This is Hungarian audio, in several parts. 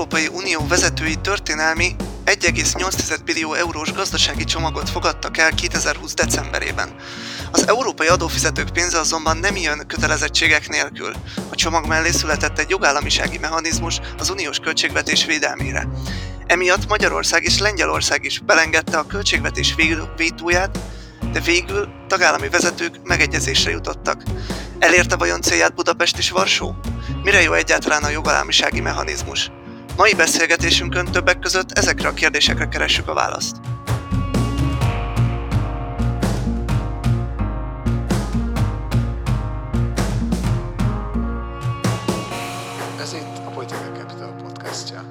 Európai Unió vezetői történelmi 1,8 billió eurós gazdasági csomagot fogadtak el 2020. decemberében. Az európai adófizetők pénze azonban nem jön kötelezettségek nélkül. A csomag mellé született egy jogállamisági mechanizmus az uniós költségvetés védelmére. Emiatt Magyarország és Lengyelország is belengedte a költségvetés vétóját, de végül tagállami vezetők megegyezésre jutottak. Elérte vajon célját Budapest és Varsó? Mire jó egyáltalán a jogállamisági mechanizmus? Mai beszélgetésünkön többek között ezekre a kérdésekre keressük a választ. Ez itt a Political Capital podcastja.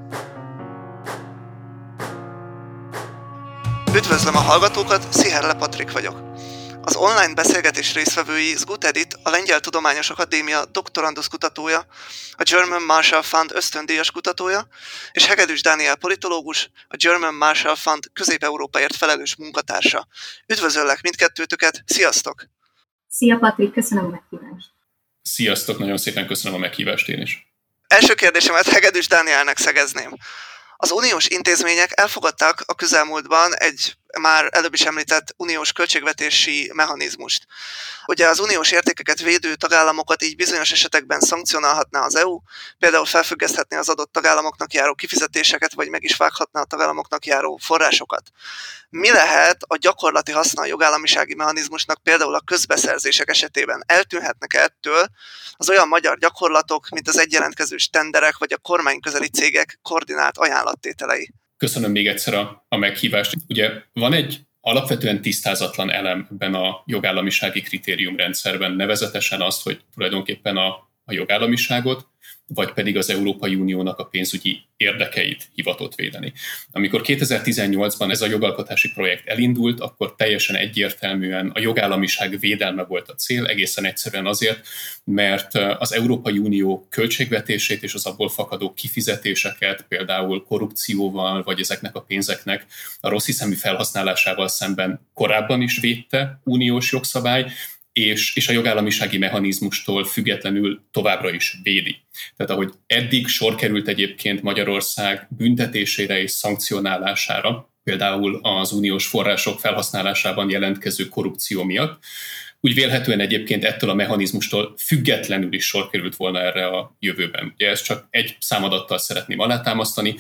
Üdvözlöm a hallgatókat, Sziherle Patrik vagyok. Az online beszélgetés résztvevői Zgut Edit, a Lengyel Tudományos Akadémia doktorandusz kutatója, a German Marshall Fund ösztöndíjas kutatója, és Hegedűs Dániel politológus, a German Marshall Fund Közép-Európaért felelős munkatársa. Üdvözöllek mindkettőtöket, sziasztok! Szia Patrik, köszönöm a meghívást! Sziasztok, nagyon szépen köszönöm a meghívást én is. Első kérdésemet Hegedűs Dánielnek szegezném. Az uniós intézmények elfogadtak a közelmúltban egy már előbb is említett uniós költségvetési mechanizmust. Ugye az uniós értékeket védő tagállamokat így bizonyos esetekben szankcionálhatná az EU, például felfüggeszthetné az adott tagállamoknak járó kifizetéseket, vagy meg is vághatná a tagállamoknak járó forrásokat. Mi lehet a gyakorlati haszna a jogállamisági mechanizmusnak például a közbeszerzések esetében? Eltűnhetnek ettől az olyan magyar gyakorlatok, mint az egyjelentkezős tenderek, vagy a kormányközeli cégek koordinált ajánlattételei? Köszönöm még egyszer a meghívást. Ugye van egy alapvetően tisztázatlan elem ebben a jogállamisági kritériumrendszerben, nevezetesen azt, hogy tulajdonképpen a jogállamiságot, vagy pedig az Európai Uniónak a pénzügyi érdekeit hivatott védeni. Amikor 2018-ban ez a jogalkotási projekt elindult, akkor teljesen egyértelműen a jogállamiság védelme volt a cél, egészen egyszerűen azért, mert az Európai Unió költségvetését és az abból fakadó kifizetéseket, például korrupcióval, vagy ezeknek a pénzeknek a rossziszemű felhasználásával szemben korábban is védte uniós jogszabály, és a jogállamisági mechanizmustól függetlenül továbbra is védi. Tehát ahogy eddig sor került egyébként Magyarország büntetésére és szankcionálására, például az uniós források felhasználásában jelentkező korrupció miatt, úgy vélhetően egyébként ettől a mechanizmustól függetlenül is sor került volna erre a jövőben. Ugye ezt csak egy számadattal szeretném alátámasztani.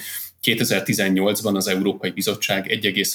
2018-ban az Európai Bizottság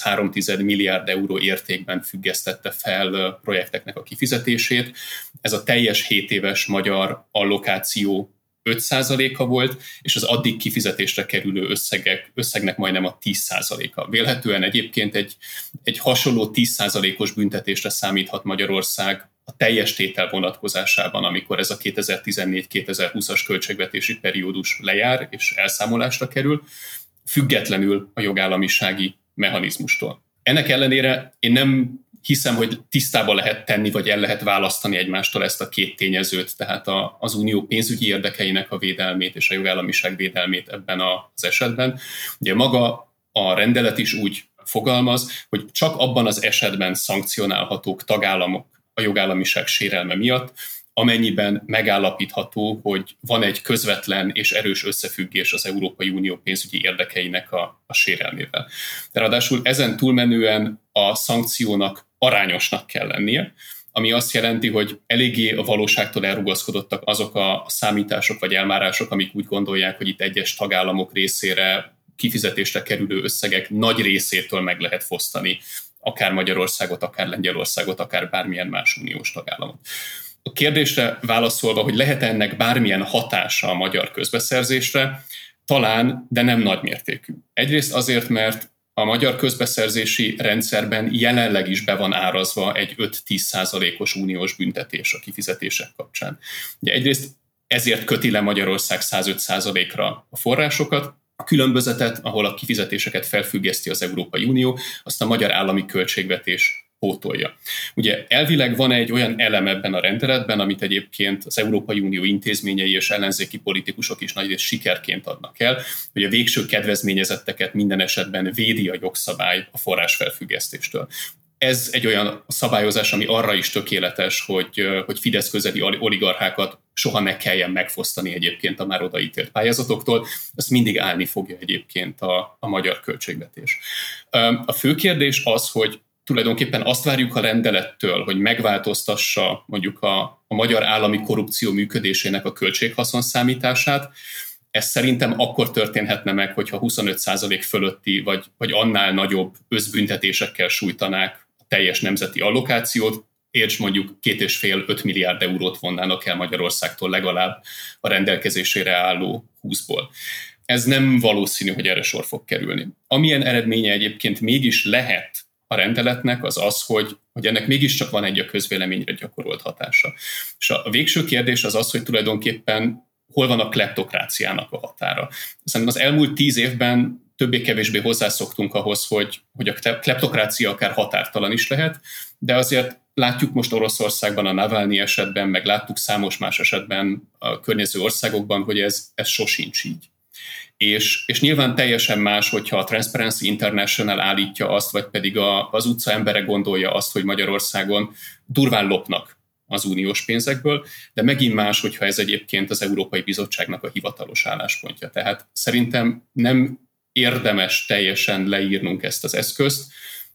1,3 milliárd euró értékben függesztette fel projekteknek a kifizetését. Ez a teljes 7 éves magyar allokáció 5%-a volt, és az addig kifizetésre kerülő összegnek majdnem a 10%-a. Vélhetően egyébként egy hasonló 10%-os büntetésre számíthat Magyarország a teljes tétel vonatkozásában, amikor ez a 2014-2020-as költségvetési periódus lejár és elszámolásra kerül, függetlenül a jogállamisági mechanizmustól. Ennek ellenére én nem hiszem, hogy tisztába lehet tenni, vagy el lehet választani egymástól ezt a két tényezőt, tehát az unió pénzügyi érdekeinek a védelmét és a jogállamiság védelmét ebben az esetben. Ugye maga a rendelet is úgy fogalmaz, hogy csak abban az esetben szankcionálhatók tagállamok a jogállamiság sérelme miatt, amennyiben megállapítható, hogy van egy közvetlen és erős összefüggés az Európai Unió pénzügyi érdekeinek a sérelmével. De ráadásul ezen túlmenően a szankciónak arányosnak kell lennie, ami azt jelenti, hogy eléggé a valóságtól elrugaszkodottak azok a számítások vagy elmárások, amik úgy gondolják, hogy itt egyes tagállamok részére kifizetésre kerülő összegek nagy részétől meg lehet fosztani akár Magyarországot, akár Lengyelországot, akár bármilyen más uniós tagállamot. A kérdésre válaszolva, hogy lehet ennek bármilyen hatása a magyar közbeszerzésre, talán, de nem nagymértékű. Egyrészt azért, mert a magyar közbeszerzési rendszerben jelenleg is be van árazva egy 5-10%-os uniós büntetés a kifizetések kapcsán. Ugye egyrészt ezért köti le Magyarország 105%-ra a forrásokat, a különbözetet, ahol a kifizetéseket felfüggeszti az Európai Unió, azt a magyar állami költségvetés pótolja. Ugye elvileg van egy olyan elem ebben a rendeletben, amit egyébként az Európai Unió intézményei és ellenzéki politikusok is nagyrészt sikerként adnak el, hogy a végső kedvezményezetteket minden esetben védi a jogszabály a forrásfelfüggesztéstől. ez egy olyan szabályozás, ami arra is tökéletes, hogy Fidesz közeli oligarchákat soha ne kelljen megfosztani egyébként a már odaítélt pályázatoktól. Ezt mindig állni fogja egyébként a magyar költségvetés. A fő kérdés az, hogy tulajdonképpen azt várjuk a rendelettől, hogy megváltoztassa mondjuk a magyar állami korrupció működésének a költséghaszonszámítását. Ez szerintem akkor történhetne meg, hogyha 25% fölötti vagy annál nagyobb összbüntetésekkel sújtanák a teljes nemzeti allokációt, és mondjuk 2,5-5 milliárd eurót vonnának el Magyarországtól legalább a rendelkezésére álló 20-ból. Ez nem valószínű, hogy erre sor fog kerülni. Amilyen eredménye egyébként mégis lehet a rendeletnek, az az, hogy ennek mégiscsak van egy a közvéleményre gyakorolt hatása. És a végső kérdés az, hogy tulajdonképpen hol van a kleptokráciának a határa. Szerintem az elmúlt 10 évben többé-kevésbé hozzászoktunk ahhoz, hogy a kleptokrácia akár határtalan is lehet, de azért látjuk most Oroszországban, a Navalnyi esetben, meg láttuk számos más esetben a környező országokban, hogy ez sosincs így. És nyilván teljesen más, hogyha a Transparency International állítja azt, vagy pedig az utca embere gondolja azt, hogy Magyarországon durván lopnak az uniós pénzekből, de megint más, hogyha ez egyébként az Európai Bizottságnak a hivatalos álláspontja. Tehát szerintem nem érdemes teljesen leírnunk ezt az eszközt,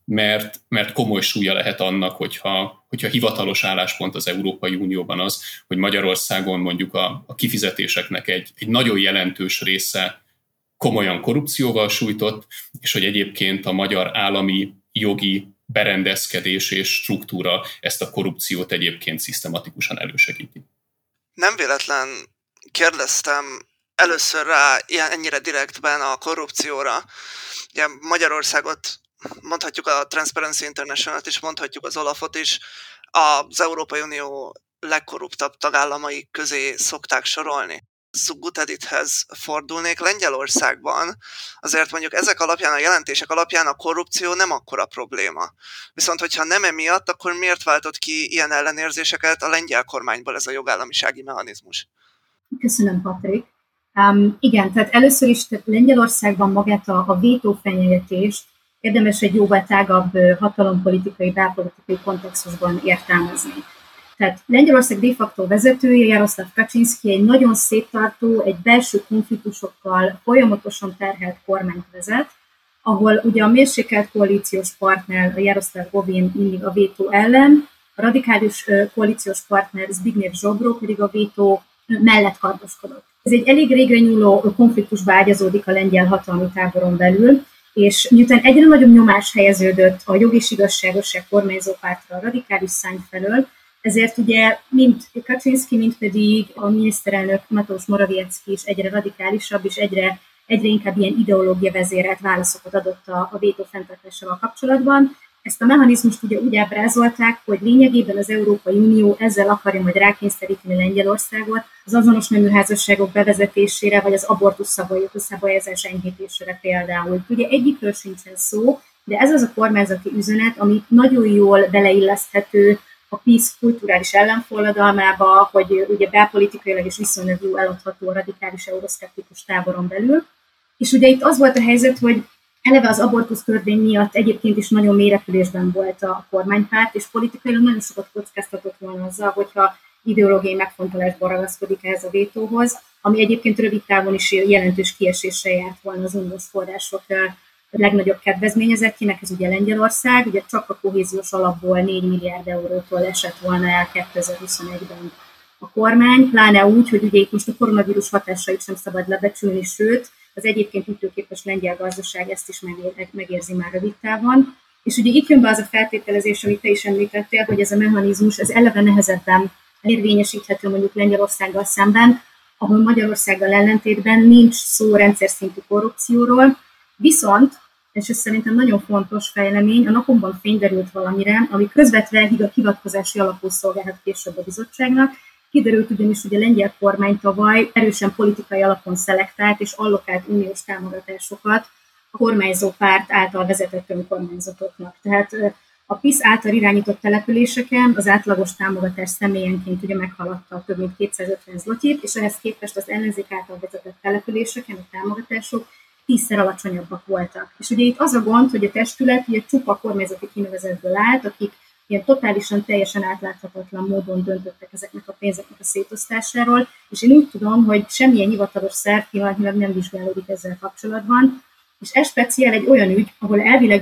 mert komoly súlya lehet annak, hogyha hivatalos álláspont az Európai Unióban az, hogy Magyarországon mondjuk a kifizetéseknek egy nagyon jelentős része komolyan korrupcióval sújtott, és hogy egyébként a magyar állami jogi berendezkedés és struktúra ezt a korrupciót egyébként szisztematikusan elősegíti. Nem véletlen kérdeztem először rá ennyire direktben a korrupcióra. Ugye Magyarországot, mondhatjuk a Transparency International-t is, mondhatjuk az Olafot is, az Európai Unió legkorruptabb tagállamai közé szokták sorolni. Zugut Edithez fordulnék. Lengyelországban azért mondjuk ezek alapján, a jelentések alapján a korrupció nem akkora probléma. Viszont hogyha nem emiatt, akkor miért váltott ki ilyen ellenérzéseket a lengyel kormányból ez a jogállamisági mechanizmus? Köszönöm, Patrik. Igen, tehát először is Lengyelországban magát a vétó fenyegetést érdemes egy jóval tágabb hatalompolitikai, belpolitikai kontextusban értelmezni. Tehát Lengyelország de facto vezetője, Jaroszláv Kaczynszki egy nagyon széttartó, egy belső konfliktusokkal folyamatosan terhelt kormányt vezet, ahol ugye a mérsékelt koalíciós partner, a Jaroszláv Gowin mindig a vétó ellen, a radikális koalíciós partner Zbigniew Ziobro pedig a vétó mellett kardoskodott. Ez egy elég régre nyúló konfliktusba ágyazódik a lengyel hatalmi táboron belül, és miután egyre nagyobb nyomás helyeződött a jog és igazságosság kormányzó pártra a radikális szárny felől, ezért ugye mind Kaczynszki, mind pedig a miniszterelnök Mateusz Morawiecki is egyre radikálisabb és egyre inkább ilyen ideológia vezérelt válaszokat adott a vétó fenntartásával kapcsolatban. Ezt a mechanizmust ugye úgy ábrázolták, hogy lényegében az Európai Unió ezzel akarja majd rákényszeríteni Lengyelországot az azonos nemű házasságok bevezetésére, vagy az abortusz szabályozás enyhítésére például. Ugye egyikről sincsen szó, de ez az a kormányzati üzenet, ami nagyon jól beleilleszthető a PiS kulturális ellenforradalmába, hogy ugye belpolitikailag is viszonylag jó eladható a radikális euroszkeptikus táboron belül. És ugye itt az volt a helyzet, hogy eleve az abortusz törvény miatt egyébként is nagyon mély repülésben volt a kormánypárt, és politikailag nagyon sokat kockáztatott volna azzal, hogyha ideológiai megfontolásban ragaszkodik ehhez a vétóhoz, ami egyébként rövid távon is jelentős kieséssel járt volna az uniós források legnagyobb kedvezményezettjének, ez ugye Lengyelország, ugye csak a kohéziós alapból 4 milliárd eurótól esett volna el 2021-ben a kormány, pláne úgy, hogy ugye itt most a koronavírus hatásait sem szabad lebecsülni, sőt, az egyébként ütőképes lengyel gazdaság ezt is megérzi már rövid távon. És ugye itt jön be az a feltételezés, amit te is említettél, hogy ez a mechanizmus ez eleve nehezebben érvényesíthető mondjuk Lengyelországgal szemben, ahol Magyarországgal ellentétben nincs szó rendszer szintű korrupcióról, viszont, és ez szerintem nagyon fontos fejlemény, a napokban fényderült valamire, ami közvetve hivatkozási alapul szolgálhat később a bizottságnak. Kiderült ugyanis, hogy a lengyel kormány tavaly erősen politikai alapon szelektált és allokált uniós támogatásokat a kormányzó párt által vezetett önkormányzatoknak. Tehát a PiS által irányított településeken az átlagos támogatás személyenként ugye meghaladta több mint 250 zlotyit, és ehhez képest az ellenzék által vezetett településeken a támogatások 10-szer alacsonyabbak voltak. És ugye itt az a gond, hogy a testület ugye csupa kormányzati kinevezetből állt, akik ilyen totálisan, teljesen átláthatatlan módon döntöttek ezeknek a pénzeknek a szétosztásáról, és én úgy tudom, hogy semmilyen hivatalos szerv pillanatnyilag nem vizsgálódik ezzel kapcsolatban, és ez speciál egy olyan ügy, ahol elvileg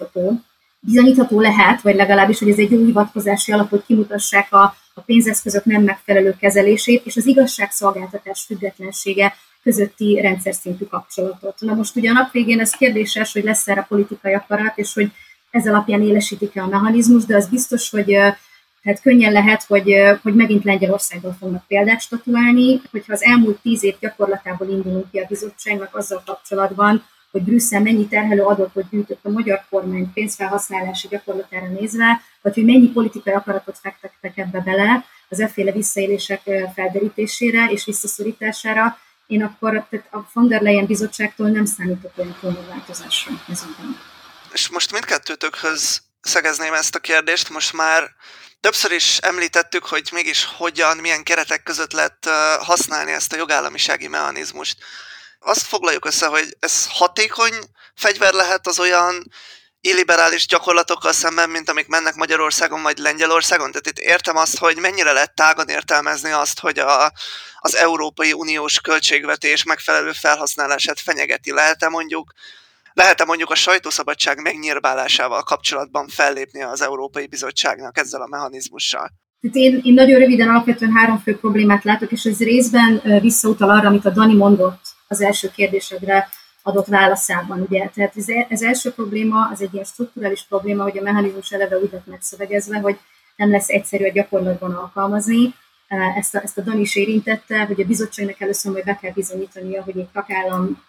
bizonyítható lehet, vagy legalábbis, hogy ez egy jó hivatkozási alap, hogy kimutassák a pénzeszközök nem megfelelő kezelését, és az igazságszolgáltatás függetlensége közötti rendszer szintű kapcsolatot. Na most ugye a nap végén ez kérdéses, hogy lesz erre politikai akarat, és hogy ez alapján élesítik-e a mechanizmus, de az biztos, hogy hát könnyen lehet, hogy megint Lengyelországban fognak példát statuálni, hogyha az elmúlt 10 év gyakorlatából indulunk ki a bizottságnak azzal kapcsolatban, hogy Brüsszel mennyi terhelő adatot gyűjtött a magyar kormány pénzfelhasználási gyakorlatára nézve, vagy hogy mennyi politikai akaratot fektettek ebbe bele az efféle visszaélések felderítésére és visszaszorítására, én akkor tehát a von der Leyen bizottságtól nem számítok olyan komoly változásra ezután. És most mindkettőtökhöz szegezném ezt a kérdést, most már többször is említettük, hogy mégis hogyan, milyen keretek között lehet használni ezt a jogállamisági mechanizmust. Azt foglaljuk össze, hogy ez hatékony fegyver lehet az olyan illiberális gyakorlatokkal szemben, mint amik mennek Magyarországon vagy Lengyelországon. Tehát itt értem azt, hogy mennyire lehet tágan értelmezni azt, hogy az Európai Uniós költségvetés megfelelő felhasználását fenyegeti. Lehet-e mondjuk a sajtószabadság megnyírbálásával kapcsolatban fellépni az Európai Bizottságnak ezzel a mechanizmussal? Én nagyon röviden alapvetően 3 fő problémát látok, és ez részben visszautal arra, amit a Dani mondott az első kérdésedre adott válaszában. Ugye? Tehát az első probléma, az egy ilyen strukturális probléma, hogy a mechanizmus eleve úgy lett megszövegezve, hogy nem lesz egyszerű a gyakorlatban alkalmazni. Ezt a Dani is érintette, hogy a bizottságnak először majd be kell bizonyítania, hogy egy tagállam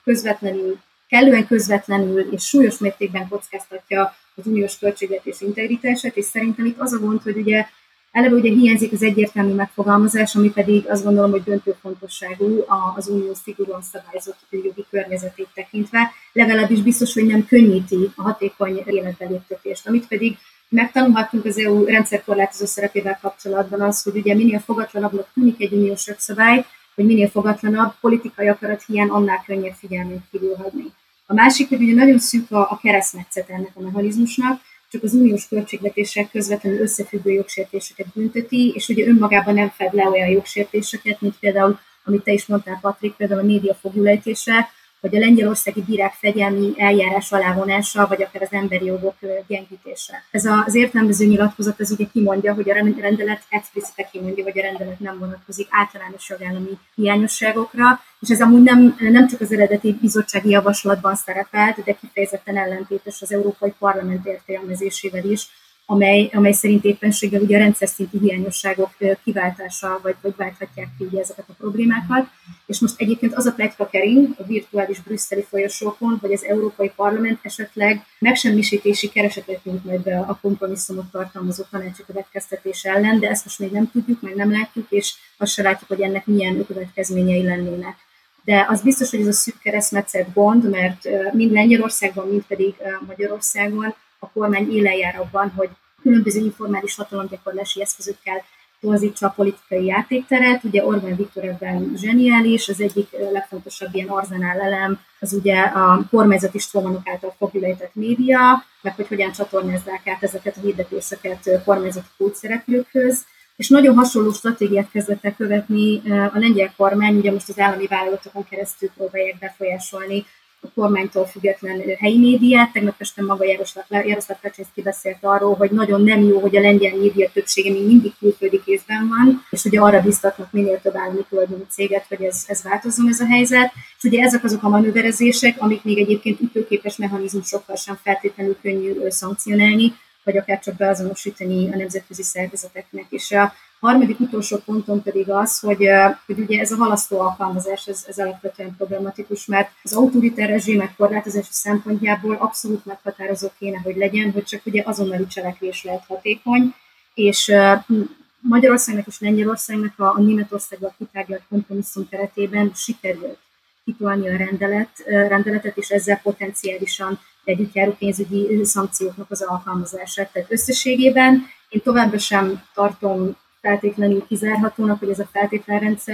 kellően közvetlenül és súlyos mértékben kockáztatja az uniós költségvetés integritását, és szerintem itt az a gond, hogy ugye eleve hiányzik az egyértelmű megfogalmazás, ami pedig azt gondolom, hogy döntő fontosságú az unió szigorúan szabályozott jogi környezetét tekintve, legalábbis biztos, hogy nem könnyíti a hatékony életbeléptetést, amit pedig megtanulhattunk az EU rendszerkorlátozó szerepével kapcsolatban az, hogy ugye minél fogatlanabbnak tűnik egy uniós jogszabály, hogy minél fogatlanabb politikai akarat hiány, annál könnyebb figyelmen kívül hagyni. A másik, hogy ugye nagyon szűk a keresztmetszet ennek a mechanizmusnak, csak az uniós költségvetéssel közvetlenül összefüggő jogsértéseket bünteti, és ugye önmagában nem fed le olyan jogsértéseket, mint például, amit te is mondtál, Patrik, például a média fogulejtése, vagy a lengyelországi bírák fegyelmi eljárás alávonása, vagy akár az emberi jogok gyengítése. Ez az értelmező nyilatkozat, ez ugye kimondja, hogy a rendelet explicite kimondja, hogy a rendelet nem vonatkozik általános jogállami hiányosságokra, és ez amúgy nem csak az eredeti bizottsági javaslatban szerepelt, de kifejezetten ellentétes az Európai Parlament értelmezésével is, amely szerint éppenséggel ugye a rendszer szintű hiányosságok kiváltása, vagy válthatják ki ugye ezeket a problémákat. És most egyébként az a pletyka kering a virtuális brüsszeli folyosókon, hogy az Európai Parlament esetleg megsemmisítési keresetet nyújt majd be a kompromisszumot tartalmazó tanácsi következtetés ellen, de ezt most még nem tudjuk, meg nem látjuk, és azt se látjuk, hogy ennek milyen következményei lennének. De az biztos, hogy ez a szűk keresztmetszet gond, mert mind Lengyelországban, mind pedig Magyarországon a kormány élen jár abban, hogy különböző informális hatalomgyakorlási eszközökkel torzítsa a politikai játékteret. Ugye Orbán Viktor ebben zseniális, az egyik legfontosabb ilyen arzenál elem, az ugye a kormányzati strómanok által fogülejtett média, meg hogy hogyan csatornázzák át ezeket a hirdetéseket kormányzati kulcsszereplőkhöz. És nagyon hasonló stratégiát kezdett el követni a lengyel kormány, ugye most az állami vállalatokon keresztül próbálják befolyásolni a kormánytól független helyi médiát. Tegnap este maga Jaroszláv Kaczynszki beszélt arról, hogy nagyon nem jó, hogy a lengyel média többsége még mindig külföldi kézben van, és ugye arra biztatnak minél több állami tulajdonú céget, hogy ez változzon ez a helyzet. És ugye ezek azok a manőverezések, amik még egyébként ütőképes mechanizmusokkal sem feltétlenül könnyű szankcionálni, vagy akár csak beazonosítani a nemzetközi szervezeteknek. És a harmadik utolsó ponton pedig az, hogy ugye ez a halasztó alkalmazás, ez alapvetően problematikus, mert az autoritár rezsimek korlátozása szempontjából abszolút meghatározó kéne, hogy legyen, hogy csak ugye azonnali cselekvés lehet hatékony, és Magyarországnak és Lengyelországnak a Németországgal kitárgyalt kompromisszum keretében sikerült kitolni a rendeletet, és ezzel potenciálisan együttjáró pénzügyi szankcióknak az alkalmazását. Tehát összességében én továbbra sem tartom feltétlenül kizárhatónak, hogy ez a feltételrendszer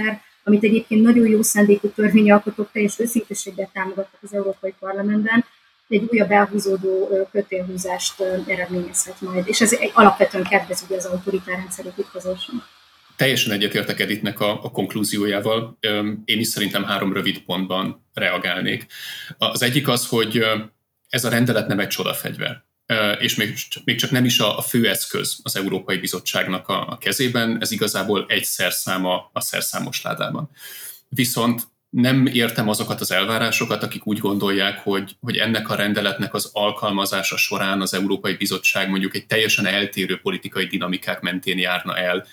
amit egyébként nagyon jó szándékú törvényalkotók teljes őszinteséggel támogattak az Európai Parlamentben, egy újabb elhúzódó kötélhúzást eredményezhet majd, és ez alapvetően kedvező az autoritár rendszer építkezésnek. Teljesen egyetértek Edithnek a konklúziójával. Én is szerintem 3 rövid pontban reagálnék. Az egyik az, hogy ez a rendelet nem egy csodafegyver, és még csak nem is a fő eszköz az Európai Bizottságnak a kezében, ez igazából egy szerszám a szerszámos ládában. Viszont nem értem azokat az elvárásokat, akik úgy gondolják, hogy ennek a rendeletnek az alkalmazása során az Európai Bizottság mondjuk egy teljesen eltérő politikai dinamikák mentén járna el,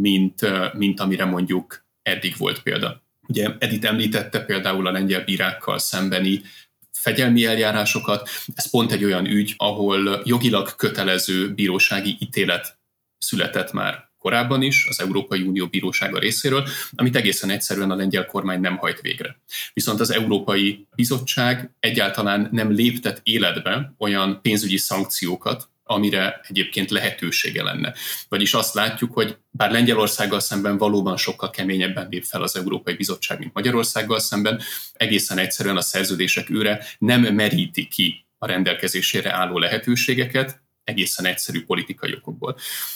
mint amire mondjuk eddig volt példa. Ugye Edith említette például a lengyel bírákkal szembeni fegyelmi eljárásokat. Ez pont egy olyan ügy, ahol jogilag kötelező bírósági ítélet született már korábban is az Európai Unió bírósága részéről, amit egészen egyszerűen a lengyel kormány nem hajt végre. Viszont az Európai Bizottság egyáltalán nem léptet életbe olyan pénzügyi szankciókat, amire egyébként lehetősége lenne. Vagyis azt látjuk, hogy bár Lengyelországgal szemben valóban sokkal keményebben lép fel az Európai Bizottság, mint Magyarországgal szemben, egészen egyszerűen a szerződések őre nem meríti ki a rendelkezésére álló lehetőségeket, egészen egyszerű politikai okokból.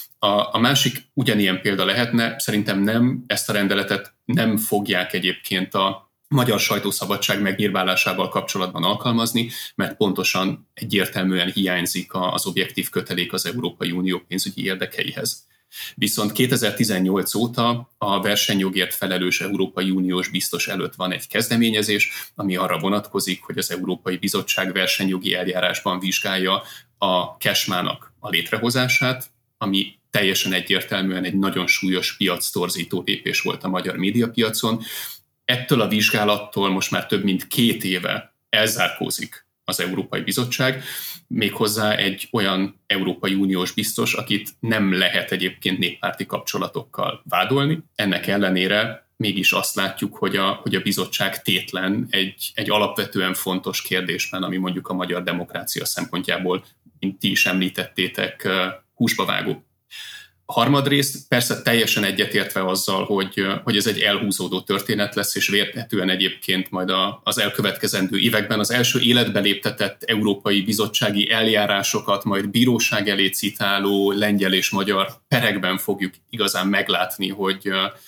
A másik ugyanilyen példa lehetne, szerintem nem, ezt a rendeletet nem fogják egyébként a magyar sajtószabadság megnyírválásával kapcsolatban alkalmazni, mert pontosan egyértelműen hiányzik az objektív kötelék az Európai Unió pénzügyi érdekeihez. Viszont 2018 óta a versenyjogért felelős Európai Uniós biztos előtt van egy kezdeményezés, ami arra vonatkozik, hogy az Európai Bizottság versenyjogi eljárásban vizsgálja a CASMA-nak a létrehozását, ami teljesen egyértelműen egy nagyon súlyos piactorzító lépés volt a magyar médiapiacon. Ettől a vizsgálattól most már több mint 2 éve elzárkózik az Európai Bizottság, méghozzá egy olyan Európai Uniós biztos, akit nem lehet egyébként néppárti kapcsolatokkal vádolni. Ennek ellenére mégis azt látjuk, hogy a bizottság tétlen egy alapvetően fontos kérdésben, ami mondjuk a magyar demokrácia szempontjából, mint ti is említettétek, húsba vágó. Harmadrészt persze teljesen egyetértve azzal, hogy ez egy elhúzódó történet lesz, és vélhetően egyébként majd az elkövetkezendő években az első életbe léptetett európai bizottsági eljárásokat majd bíróság elé citáló lengyel és magyar perekben fogjuk igazán meglátni, hogy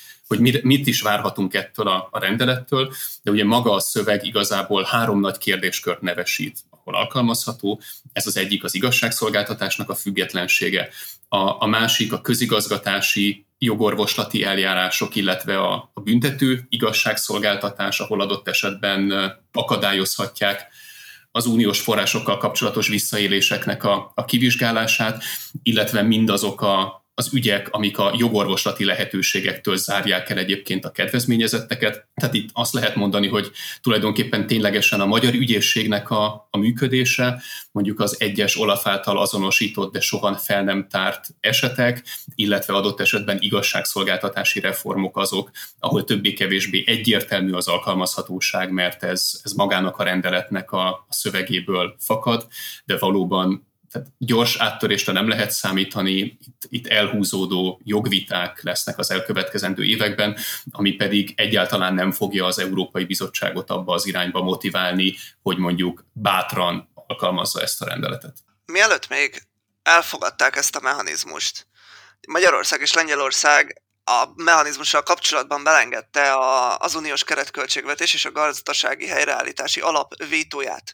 mit is várhatunk ettől a rendelettől, de ugye maga a szöveg igazából 3 nagy kérdéskört nevesít, ahol alkalmazható. Ez az egyik az igazságszolgáltatásnak a függetlensége, a másik a közigazgatási jogorvoslati eljárások, illetve a büntető igazságszolgáltatás, ahol adott esetben akadályozhatják az uniós forrásokkal kapcsolatos visszaéléseknek a kivizsgálását, illetve mindazok az ügyek, amik a jogorvoslati lehetőségektől zárják el egyébként a kedvezményezetteket. Tehát itt azt lehet mondani, hogy tulajdonképpen ténylegesen a magyar ügyészségnek a működése, mondjuk az egyes OLAF által azonosított, de soha fel nem tárt esetek, illetve adott esetben igazságszolgáltatási reformok azok, ahol többé-kevésbé egyértelmű az alkalmazhatóság, mert ez magának a rendeletnek a szövegéből fakad, de valóban tehát gyors áttörésre nem lehet számítani, itt elhúzódó jogviták lesznek az elkövetkezendő években, ami pedig egyáltalán nem fogja az Európai Bizottságot abba az irányba motiválni, hogy mondjuk bátran alkalmazza ezt a rendeletet. Mielőtt még elfogadták ezt a mechanizmust, Magyarország és Lengyelország a mechanizmussal kapcsolatban belengedte az uniós keretköltségvetés és a gazdasági helyreállítási alap vétóját.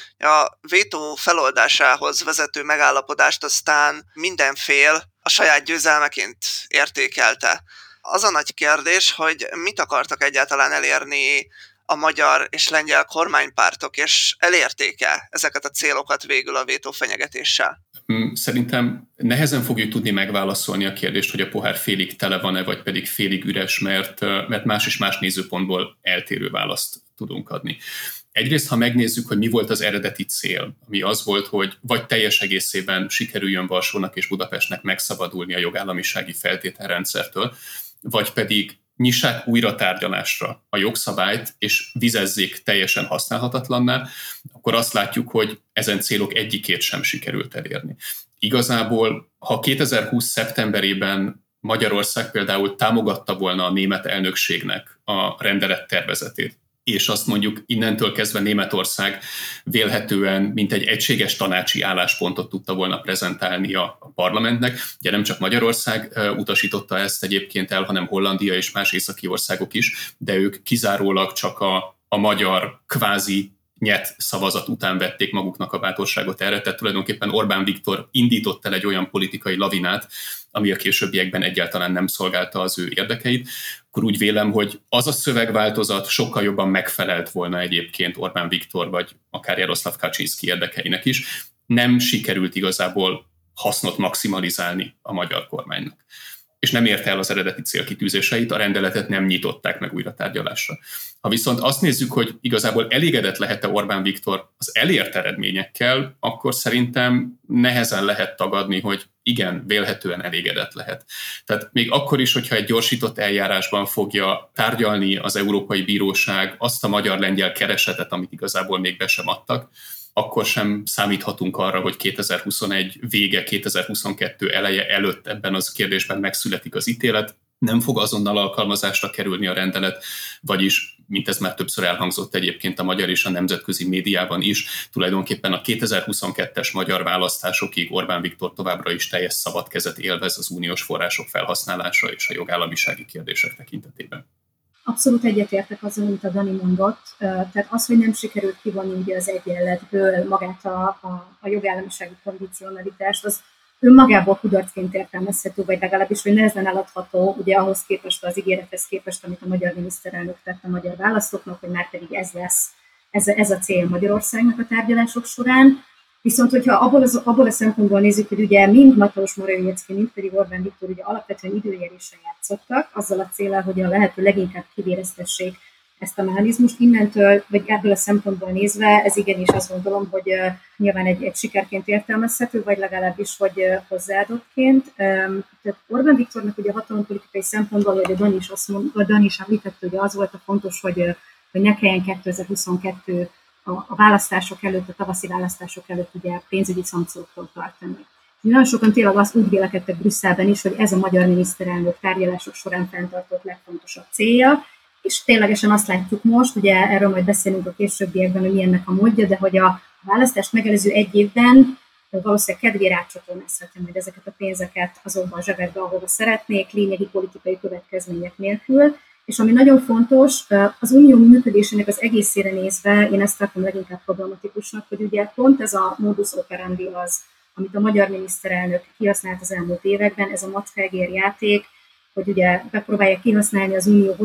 A vétó feloldásához vezető megállapodást aztán minden fél a saját győzelmeként értékelte. Az a nagy kérdés, hogy mit akartak egyáltalán elérni a magyar és lengyel kormánypártok, és elérték-e ezeket a célokat végül a vétó fenyegetéssel? Szerintem nehezen fogjuk tudni megválaszolni a kérdést, hogy a pohár félig tele van-e, vagy pedig félig üres, mert más és más nézőpontból eltérő választ tudunk adni. Egyrészt, ha megnézzük, hogy mi volt az eredeti cél, ami az volt, hogy vagy teljes egészében sikerüljön Varsónak és Budapestnek megszabadulni a jogállamisági feltételrendszertől, vagy pedig nyissák újra tárgyalásra a jogszabályt, és vizezzék teljesen használhatatlanná, akkor azt látjuk, hogy ezen célok egyikét sem sikerült elérni. Igazából, ha 2020. szeptemberében Magyarország például támogatta volna a német elnökségnek a rendelet tervezetét, és azt mondjuk innentől kezdve Németország vélhetően mint egy egységes tanácsi álláspontot tudta volna prezentálni a parlamentnek. Ugye nem csak Magyarország utasította ezt egyébként el, hanem Hollandia és más északi országok is, de ők kizárólag csak a magyar kvázi nyet szavazat után vették maguknak a bátorságot erre, tehát tulajdonképpen Orbán Viktor indított el egy olyan politikai lavinát, ami a későbbiekben egyáltalán nem szolgálta az ő érdekeit, akkor úgy vélem, hogy az a szövegváltozat sokkal jobban megfelelt volna egyébként Orbán Viktor vagy akár Jaroszláv Kaczynszki érdekeinek is. Nem sikerült igazából hasznot maximalizálni a magyar kormánynak. És nem érte el az eredeti célkitűzéseit, a rendeletet nem nyitották meg újra tárgyalásra. Ha viszont azt nézzük, hogy igazából elégedett lehet-e Orbán Viktor az elért eredményekkel, akkor szerintem nehezen lehet tagadni, hogy igen, vélhetően elégedett lehet. Tehát még akkor is, hogyha egy gyorsított eljárásban fogja tárgyalni az Európai Bíróság azt a magyar-lengyel keresetet, amit igazából még be sem adtak, akkor sem számíthatunk arra, hogy 2021 vége, 2022 eleje előtt ebben az kérdésben megszületik az ítélet, nem fog azonnal alkalmazásra kerülni a rendelet, vagyis, mint ez már többször elhangzott egyébként a magyar és a nemzetközi médiában is, tulajdonképpen a 2022-es magyar választásokig Orbán Viktor továbbra is teljes szabad kezet élvez az uniós források felhasználása és a jogállamisági kérdések tekintetében. Abszolút egyetértek azzal, amit a Dani mondott. Tehát az, hogy nem sikerült kivonni ugye az egyenletből magát a jogállamisági kondicionalitást, az önmagából kudarcként értelmezhető, vagy legalábbis, hogy nehezen eladható, ugye ahhoz képest, az ígérethez képest, amit a magyar miniszterelnök tett a magyar választóknak, hogy már pedig ez lesz, ez a cél Magyarországnak a tárgyalások során. Viszont, hogyha abból a szempontból nézzük, hogy ugye mind Mateusz Morawiecki, mind pedig Orbán Viktor ugye alapvetően időjárésre játszottak, azzal a céllal, hogy a lehető leginkább kivéreztessék ezt a mechanizmust. Innentől, vagy ebből a szempontból nézve, ez igenis azt gondolom, hogy nyilván egy sikerként értelmezhető, vagy legalábbis, hogy hozzáadottként. Tehát Orbán Viktornak ugye a hatalompolitikai szempontból, hogy a Dani is említett, hogy az volt a fontos, hogy ne kelljen 2022 a választások előtt, a tavaszi választások előtt ugye pénzügyi szankcióktól tartani. Nagyon sokan tényleg azt úgy vélekedtek Brüsszelben is, hogy ez a magyar miniszterelnök tárgyalások során fenntartott legfontosabb célja, és ténylegesen azt látjuk most, ugye erről majd beszélünk a későbbiekben, hogy milyennek a módja, de hogy a választást megelőző egy évben valószínűleg kedvére átcsatornázhatja majd ezeket a pénzeket azokban a zsebekbe, ahova szeretnék, lényegi politikai következmények nélkül. És ami nagyon fontos, az unió működésének az egészére nézve, én ezt tartom leginkább problematikusnak, hogy ugye pont ez a modus operandi az, amit a magyar miniszterelnök kihasznált az elmúlt években, ez a macskaegér játék, hogy ugye megpróbálják kihasználni az unió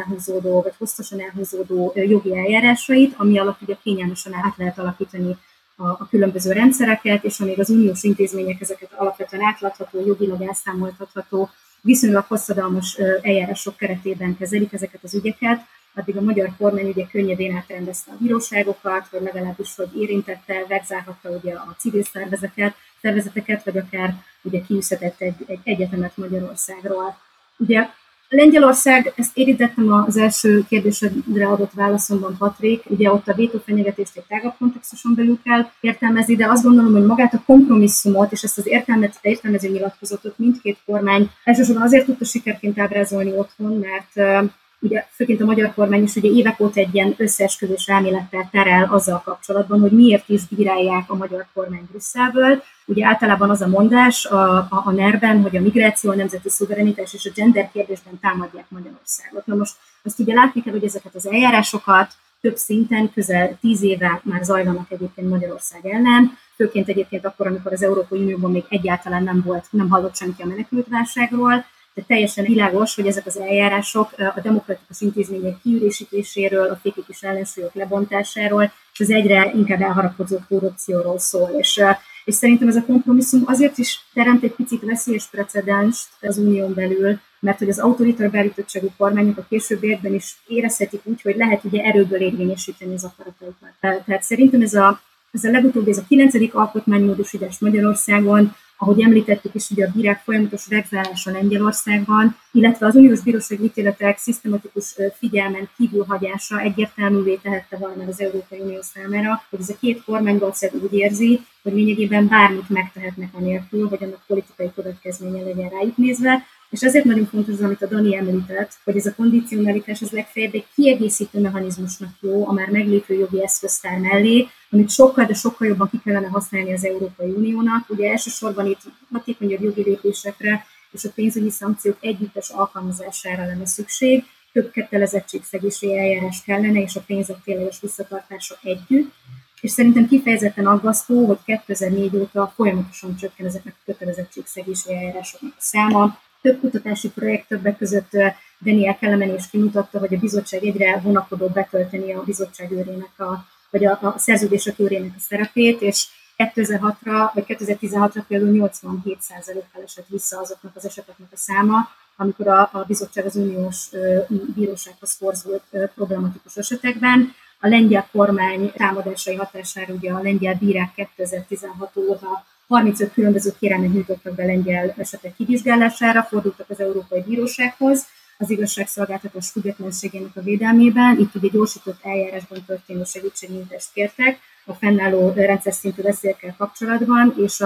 hosszasan elhúzódó jogi eljárásait, ami alatt ugye kényelmesen át lehet alakítani a különböző rendszereket, és amíg az uniós intézmények ezeket alapvetően átlátható, jogilag elszámoltatható, viszonylag hosszadalmas eljárások keretében kezelik ezeket az ügyeket, addig a magyar kormány ugye könnyedén átrendezte a bíróságokat, vagy legalábbis, hogy érintette, vegzálhatta ugye a civil szervezeteket, vagy akár ugye kiűzhetett egy egyetemet Magyarországról. Ugye Lengyelország, ezt érintettem az első kérdésedre adott válaszomban, Patrik, ugye ott a vétófenyegetést egy tágabb kontextuson belül kell értelmezni, de azt gondolom, hogy magát a kompromisszumot és ezt az értelmező nyilatkozatot mindkét kormány elsősorban azért tudta sikerként ábrázolni otthon, mert ugye főként a magyar kormány is ugye évek óta egy ilyen összeesküvés elmélettel terel azzal kapcsolatban, hogy miért is bírálják a magyar kormány Brüsszelből. Ugye általában az a mondás a NER-ben, hogy a migráció, a nemzeti szuverenitás és a gender kérdésben támadják Magyarországot. Na most azt ugye látni kell, hogy ezeket az eljárásokat több szinten, közel 10 éve már zajlanak egyébként Magyarország ellen, főként egyébként akkor, amikor az Európai Unióban még egyáltalán nem hallott senki a menekültválságról, de teljesen világos, hogy ezek az eljárások a demokratikus intézmények kiüresítéséről, a fékek és ellensúlyok lebontásáról, és az egyre inkább elharapódzó korrupcióról szól. És szerintem ez a kompromisszum azért is teremt egy picit veszélyes precedenst az unión belül, mert hogy az autoriter beállítottságú kormányok a későbbiekben is érezhetik úgy, hogy lehet ugye erőből érvényesíteni az akarataikat. Tehát szerintem ez a legutóbbi, ez a 9. alkotmánymódosítás Magyarországon, ahogy említettük is, ugye a bírák folyamatos vegzálása Lengyelországban, illetve az uniós bírósági ítéletek szisztematikus figyelmen kívülhagyása egyértelművé tehette volna az Európai Unió számára, hogy ez a két kormány valószínűleg úgy érzi, hogy lényegében bármit megtehetnek anélkül, hogy annak politikai következménye legyen rájuk nézve. És ezért nagyon fontos az, amit a Dani említett, hogy ez a kondicionalitás az legfeljebb egy kiegészítő mechanizmusnak jó a már meglévő jogi eszköztár mellé, amit sokkal, de sokkal jobban ki kellene használni az Európai Uniónak. Ugye elsősorban itt hatékonyabb jogi lépésekre és a pénzügyi szankciók együttes alkalmazására lenne szükség, több kötelezettségszegési eljárás kellene, és a pénzek tényleges visszatartása együtt. És szerintem kifejezetten aggasztó, hogy 2004 óta folyamatosan csökken ezeknek a kötelezettségszegési eljárásoknak a száma. Több kutatási projekt, többek között Daniel Kelemen is kimutatta, hogy a bizottság egyre vonakodóbb betölteni a bizottság őrének vagy a szerződések őrének a szerepét, és 2006-ra vagy 2016-ra például 87%-kal esett vissza azoknak az eseteknek a száma, amikor a bizottság az uniós bírósághoz fordult problematikus esetekben. A lengyel kormány támadásai hatására ugye a lengyel bírák 2016 óta 35 különböző kérelmet nyújtottak be lengyel esetek kivizsgálására, fordultak az Európai Bírósághoz az igazságszolgáltatás függetlenségének a védelmében. Itt ugye gyorsított eljárásban történő segítségnyújtást kértek a fennálló rendszer szintű veszélyekkel kapcsolatban, és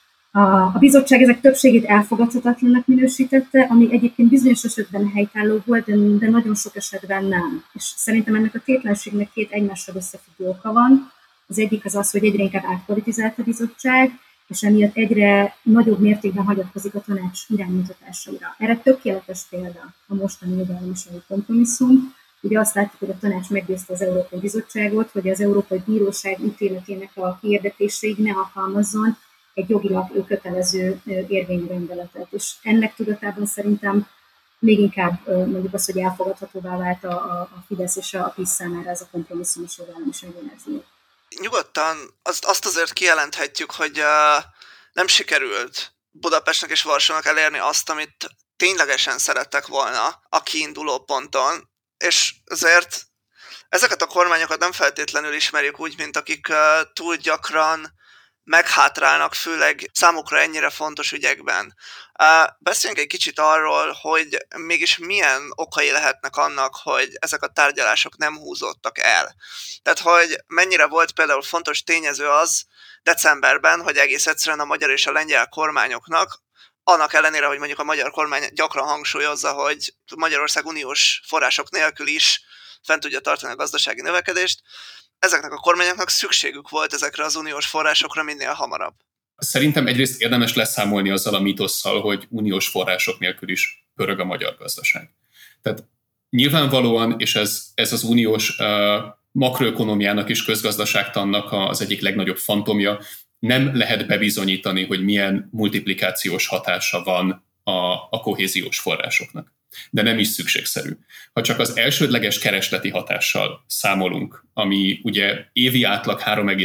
a bizottság ezek többségét elfogadhatatlannak minősítette, ami egyébként bizonyos esetben helytálló volt, de nagyon sok esetben nem. És szerintem ennek a tétlenségnek két egymással összefüggő oka van. Az egyik az, hogy egyre inkább átpolitizált a bizottság, és emiatt egyre nagyobb mértékben hagyatkozik a tanács iránymutatásaira. Erre tökéletes példa a mostani jogállamisági kompromisszum. Ugye azt látjuk, hogy a tanács meggyőzte az Európai Bizottságot, hogy az Európai Bíróság ítéletének a kiirdetéséig ne alkalmazzon egy jogilag kötelező érvényű rendeletet. És ennek tudatában szerintem még inkább mondjuk az, hogy elfogadhatóvá vált a Fidesz és a PiS számára ez a kompromisszumos jogállamisági verzió. Nyugodtan azt azért kijelenthetjük, hogy nem sikerült Budapestnek és Varsónak elérni azt, amit ténylegesen szerettek volna a kiinduló ponton, és ezért ezeket a kormányokat nem feltétlenül ismerjük úgy, mint akik túl gyakran meghátrálnak, főleg számukra ennyire fontos ügyekben. Beszéljünk egy kicsit arról, hogy mégis milyen okai lehetnek annak, hogy ezek a tárgyalások nem húzódtak el. Tehát, hogy mennyire volt például fontos tényező az decemberben, hogy egész egyszerűen a magyar és a lengyel kormányoknak, annak ellenére, hogy mondjuk a magyar kormány gyakran hangsúlyozza, hogy Magyarország uniós források nélkül is fent tudja tartani a gazdasági növekedést, ezeknek a kormányoknak szükségük volt ezekre az uniós forrásokra minél hamarabb. Szerintem egyrészt érdemes leszámolni azzal a mítosszal, hogy uniós források nélkül is pörög a magyar gazdaság. Tehát nyilvánvalóan, és ez az uniós makroökonómiának és közgazdaságtannak az egyik legnagyobb fantomja, nem lehet bebizonyítani, hogy milyen multiplikációs hatása van a kohéziós forrásoknak. De nem is szükségszerű. Ha csak az elsődleges keresleti hatással számolunk, ami ugye évi átlag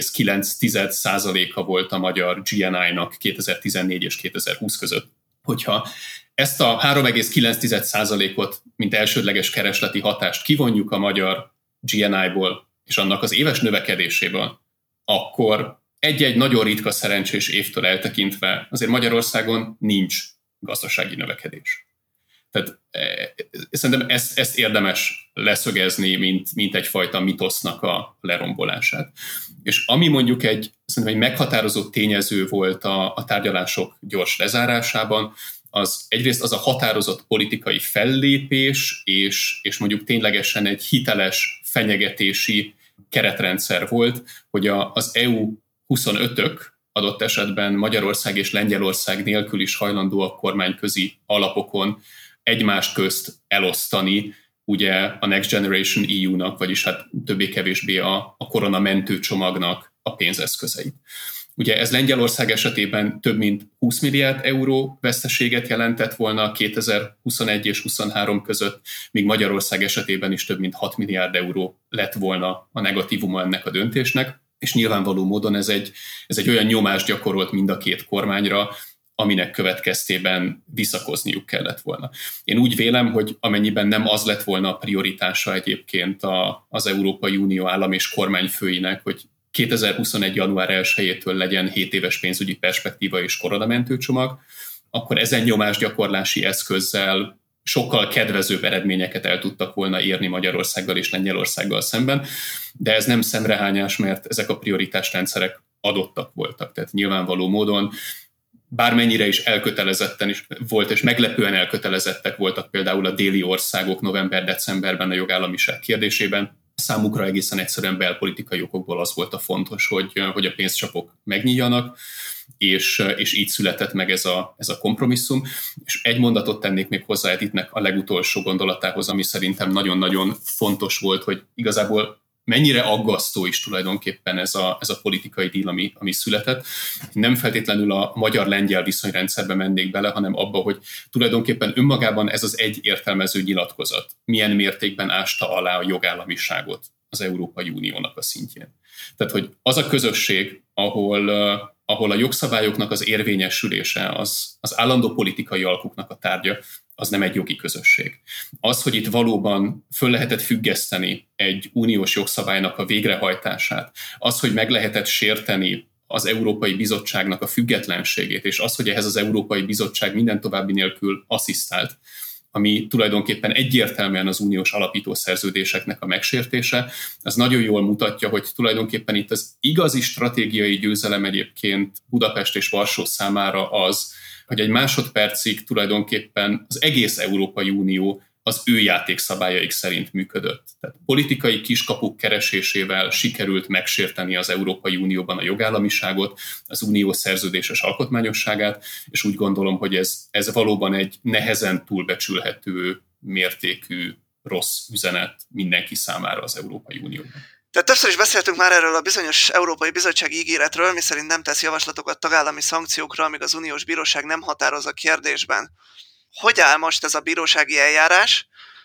3,9%-a volt a magyar GNI-nak 2014 és 2020 között, hogyha ezt a 3,9%-ot, mint elsődleges keresleti hatást kivonjuk a magyar GNI-ból és annak az éves növekedéséből, akkor egy-egy nagyon ritka szerencsés évtől eltekintve azért Magyarországon nincs gazdasági növekedés. Tehát szerintem ezt érdemes leszögezni, mint egyfajta mitosznak a lerombolását. És ami mondjuk szerintem egy meghatározó tényező volt a tárgyalások gyors lezárásában, az egyrészt az a határozott politikai fellépés, és mondjuk ténylegesen egy hiteles fenyegetési keretrendszer volt, hogy az EU 25-ök adott esetben Magyarország és Lengyelország nélkül is hajlandóak kormányközi alapokon egymást közt elosztani ugye a Next Generation EU-nak, vagyis hát többé-kevésbé a korona mentőcsomagnak a pénzeszközeit. Ugye ez Lengyelország esetében több mint 20 milliárd euró veszteséget jelentett volna 2021 és 2023 között, míg Magyarország esetében is több mint 6 milliárd euró lett volna a negatívuma ennek a döntésnek, és nyilvánvaló módon ez egy olyan nyomást gyakorolt mind a két kormányra, aminek következtében visszakozniuk kellett volna. Én úgy vélem, hogy amennyiben nem az lett volna a prioritása egyébként az Európai Unió állam és kormányfőinek, hogy 2021. január 1-től legyen 7 éves pénzügyi perspektíva és koronamentőcsomag, akkor ezen nyomásgyakorlási eszközzel sokkal kedvezőbb eredményeket el tudtak volna érni Magyarországgal és Lengyelországgal szemben, de ez nem szemrehányás, mert ezek a prioritásrendszerek adottak voltak. Tehát nyilvánvaló módon bármennyire is elkötelezetten is volt, és meglepően elkötelezettek voltak például a déli országok november-decemberben a jogállamiság kérdésében, számukra egészen egyszerűen belpolitikai okokból az volt a fontos, hogy a pénzcsapok megnyíljanak, és így született meg ez a kompromisszum. És egy mondatot tennék még hozzá Edithnek a legutolsó gondolatához, ami szerintem nagyon-nagyon fontos volt, hogy igazából mennyire aggasztó is tulajdonképpen ez a politikai díl, ami született. Nem feltétlenül a magyar-lengyel viszonyrendszerbe mennék bele, hanem abba, hogy tulajdonképpen önmagában ez az egy értelmező nyilatkozat milyen mértékben ásta alá a jogállamiságot az Európai Uniónak a szintjén. Tehát, hogy az a közösség, ahol a jogszabályoknak az érvényesülése, az állandó politikai alkuknak a tárgya, az nem egy jogi közösség. Az, hogy itt valóban föl lehetett függeszteni egy uniós jogszabálynak a végrehajtását, az, hogy meg lehetett sérteni az Európai Bizottságnak a függetlenségét, és az, hogy ehhez az Európai Bizottság minden további nélkül asszisztált, ami tulajdonképpen egyértelműen az uniós alapító szerződéseknek a megsértése, az nagyon jól mutatja, hogy tulajdonképpen itt az igazi stratégiai győzelem egyébként Budapest és Varsó számára az, hogy egy másodpercig tulajdonképpen az egész Európai Unió az ő játékszabályaik szerint működött. Tehát politikai kiskapuk keresésével sikerült megsérteni az Európai Unióban a jogállamiságot, az unió szerződéses alkotmányosságát, és úgy gondolom, hogy ez valóban egy nehezen túlbecsülhető mértékű rossz üzenet mindenki számára az Európai Unióban. Tehát többször is beszéltünk már erről a bizonyos Európai Bizottsági ígéretről, miszerint nem tesz javaslatokat tagállami szankciókra, amíg az uniós bíróság nem határoz a kérdésben. Hogy áll most ez a bírósági eljárás?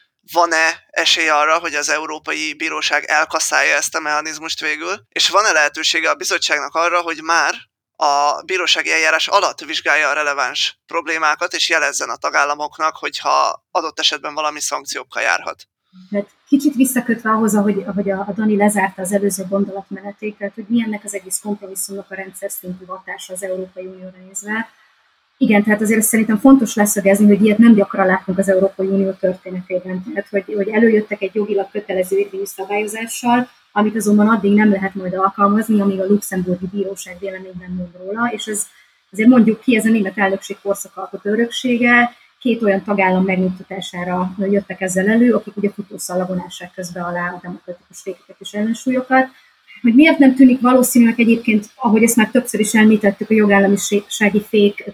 Van-e esély arra, hogy az Európai Bíróság elkasszálja ezt a mechanizmust végül? És van-e lehetősége a bizottságnak arra, hogy már a bírósági eljárás alatt vizsgálja a releváns problémákat, és jelezzen a tagállamoknak, hogyha adott esetben valami szankciókkal járhat? Hát kicsit visszakötve ahhoz, ahogy a Dani lezárta az előző gondolatmenetét, tehát hogy milyennek az egész kompromisszumnak a rendszer szintű hatása az Európai Unióra nézve. Igen, tehát azért szerintem fontos leszögezni, hogy ilyet nem gyakran látunk az Európai Unió történetében. Tehát, hogy előjöttek egy jogilag kötelező érvényű szabályozással, amit azonban addig nem lehet majd alkalmazni, amíg a luxemburgi bíróság véleményben mond róla, és ez azért mondjuk ki, ez a német elnökség korszakalkotó öröksége, 2 olyan tagállam megnyugtatására jöttek ezzel elő, akik ugye futószalagon ássák közbe alá a demokratikus fékeket és ellensúlyokat. Hogy miért nem tűnik valószínűleg egyébként, ahogy ezt már többször is említettük, a jogállamisági fék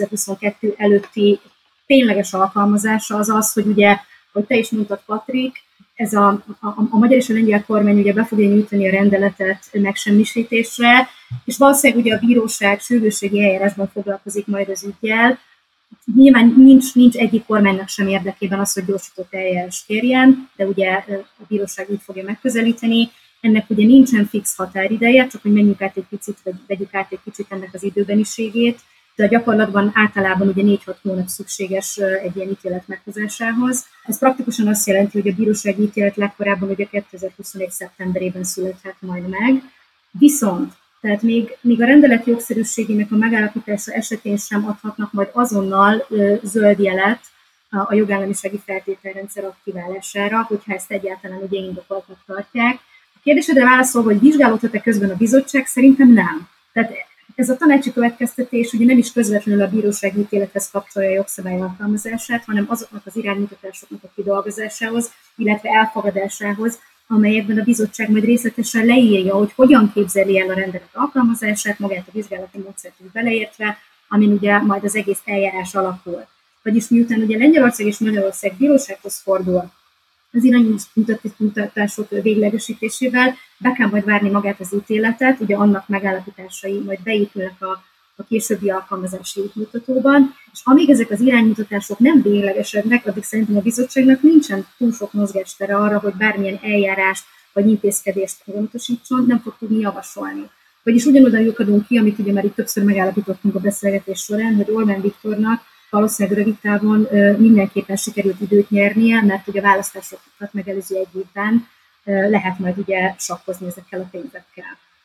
2022 előtti tényleges alkalmazása az az, hogy ugye, hogy te is mondtad, Patrik, ez a magyar és a lengyel kormány ugye be fogja nyújtani a rendeletet megsemmisítésre, és valószínűleg ugye a bíróság sürgősségi eljárásban foglalkozik majd az üggyel. Nyilván nincs egyik kormánynak sem érdekében az, hogy gyorsított eljárás kérjen, de ugye a bíróság úgy fogja megközelíteni. Ennek ugye nincsen fix határideje, csak hogy menjünk át egy picit, vagy vegyük át egy kicsit ennek az időbeniségét, de a gyakorlatban általában ugye 4-6 hónap szükséges egy ilyen ítélet meghozásához. Ez praktikusan azt jelenti, hogy a bírósági ítélet legkorábban ugye 2021. szeptemberében születhet majd meg. Viszont, tehát még a rendelet jogszerűségének a megállapítása esetén sem adhatnak majd azonnal zöld jelet a jogállamisági feltételrendszer aktiválására, hogyha ezt egyáltalán ugye indokoltnak tartják. A kérdésedre válaszolva, hogy vizsgálódhat-e közben a bizottság, szerintem nem. Tehát ez a tanácsi következtetés ugye nem is közvetlenül a bírósági ítélethez kapcsolja a jogszabály alkalmazását, hanem azoknak az iránymutatásoknak a kidolgozásához, illetve elfogadásához, amelyekben a bizottság majd részletesen leírja, hogy hogyan képzeli el a rendelet alkalmazását, magát a vizsgálati módszert is beleértve, amin ugye majd az egész eljárás alakul. Vagyis miután ugye Lengyelország és Magyarország bírósághoz fordul az iránymutatások véglegesítésével, be kell majd várni magát az ítéletet, ugye annak megállapításai majd beépülnek a későbbi alkalmazási útmutatóban, és amíg ezek az iránymutatások nem véglegesednek, addig szerintem a bizottságnak nincsen túl sok mozgástere arra, hogy bármilyen eljárást vagy intézkedést foganatosítson, nem fog tudni javasolni. Vagyis ugyanoda lyukadunk ki, amit ugye már itt többször megállapítottunk a beszélgetés során, hogy Orbán Viktornak valószínűleg rövid távon mindenképpen sikerült időt nyernie, mert ugye a választásokat megelőző egy évben lehet majd ugye sakkozni ezekkel a pénzekkel.